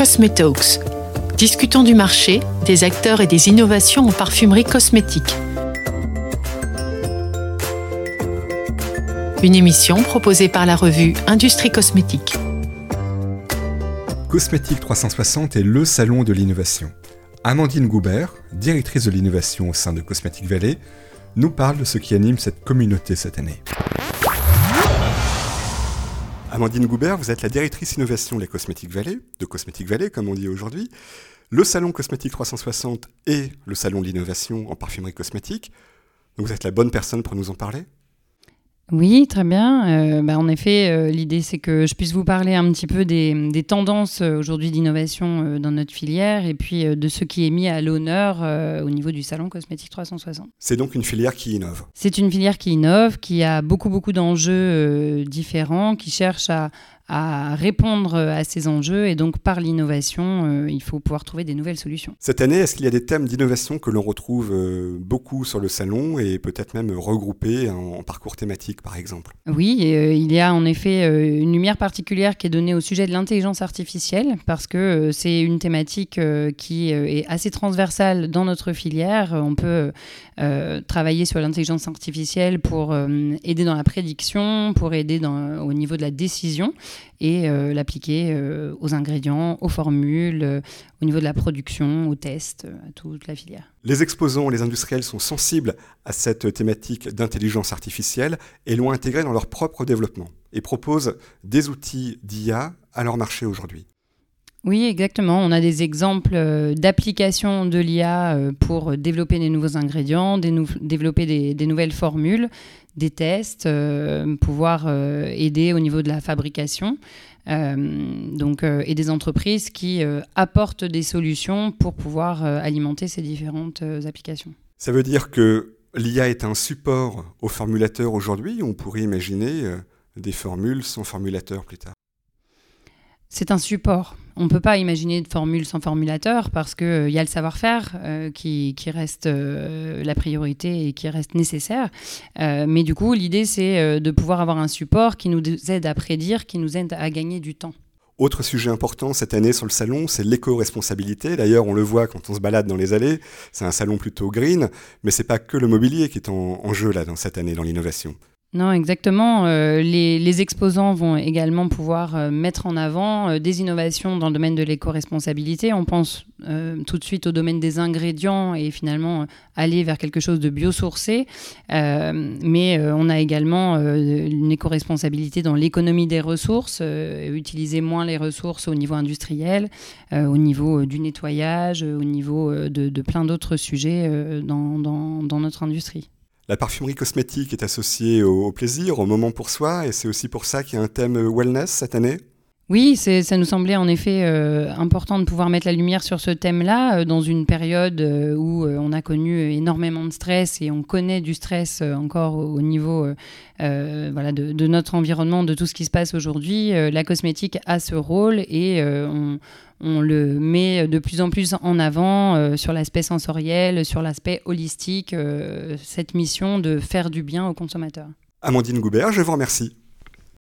Cosmetalks. Discutons du marché, des acteurs et des innovations en parfumerie cosmétique. Une émission proposée par la revue Industrie Cosmétique. Cosmétique 360 est le salon de l'innovation. Amandine Goubert, directrice de l'innovation au sein de Cosmetic Valley, nous parle de ce qui anime cette communauté cette année. Amandine Goubert, vous êtes la directrice innovation de la Cosmetic Valley, de Cosmetic Valley comme on dit aujourd'hui. Le salon Cosmétique 360 est le salon de l'innovation en parfumerie cosmétique. Donc vous êtes la bonne personne pour nous en parler ? Oui, très bien. En effet, l'idée, c'est que je puisse vous parler un petit peu des tendances aujourd'hui d'innovation dans notre filière et puis de ce qui est mis à l'honneur au niveau du salon Cosmétique 360. C'est donc une filière qui innove. C'est une filière qui innove, qui a beaucoup d'enjeux différents, qui cherche à répondre à ces enjeux et donc par l'innovation, il faut pouvoir trouver des nouvelles solutions. Cette année, est-ce qu'il y a des thèmes d'innovation que l'on retrouve beaucoup sur le salon et peut-être même regroupés en parcours thématique par exemple ? Oui, il y a en effet une lumière particulière qui est donnée au sujet de l'intelligence artificielle parce que c'est une thématique qui est assez transversale dans notre filière. On peut travailler sur l'intelligence artificielle pour aider dans la prédiction, pour aider au niveau de la décision et l'appliquer aux ingrédients, aux formules, au niveau de la production, aux tests, à toute la filière. Les exposants, les industriels sont sensibles à cette thématique d'intelligence artificielle et l'ont intégrée dans leur propre développement et proposent des outils d'IA à leur marché aujourd'hui. Oui, exactement. On a des exemples d'applications de l'IA pour développer des nouveaux ingrédients, développer des nouvelles formules, des tests, pouvoir aider au niveau de la fabrication. Et des entreprises qui apportent des solutions pour pouvoir alimenter ces différentes applications. Ça veut dire que l'IA est un support au formulateur aujourd'hui. On pourrait imaginer des formules sans formulateur plus tard. C'est un support. On ne peut pas imaginer de formule sans formulateur parce qu'il y a le savoir-faire qui reste la priorité et qui reste nécessaire. Mais du coup, l'idée, c'est de pouvoir avoir un support qui nous aide à prédire, qui nous aide à gagner du temps. Autre sujet important cette année sur le salon, c'est l'éco-responsabilité. D'ailleurs, on le voit quand on se balade dans les allées, c'est un salon plutôt green, mais ce n'est pas que le mobilier qui est en jeu là, dans cette année, dans l'innovation. Non, exactement. Les exposants vont également pouvoir mettre en avant des innovations dans le domaine de l'éco-responsabilité. On pense tout de suite au domaine des ingrédients et finalement aller vers quelque chose de biosourcé. Mais on a également une éco-responsabilité dans l'économie des ressources, utiliser moins les ressources au niveau industriel, au niveau du nettoyage, au niveau de plein d'autres sujets dans notre industrie. La parfumerie cosmétique est associée au plaisir, au moment pour soi, et c'est aussi pour ça qu'il y a un thème wellness cette année ? Oui, ça nous semblait en effet important de pouvoir mettre la lumière sur ce thème-là dans une période où on a connu énormément de stress et on connaît du stress encore au niveau de notre environnement, de tout ce qui se passe aujourd'hui. La cosmétique a ce rôle et on le met de plus en plus en avant sur l'aspect sensoriel, sur l'aspect holistique, cette mission de faire du bien aux consommateurs. Amandine Goubert, je vous remercie.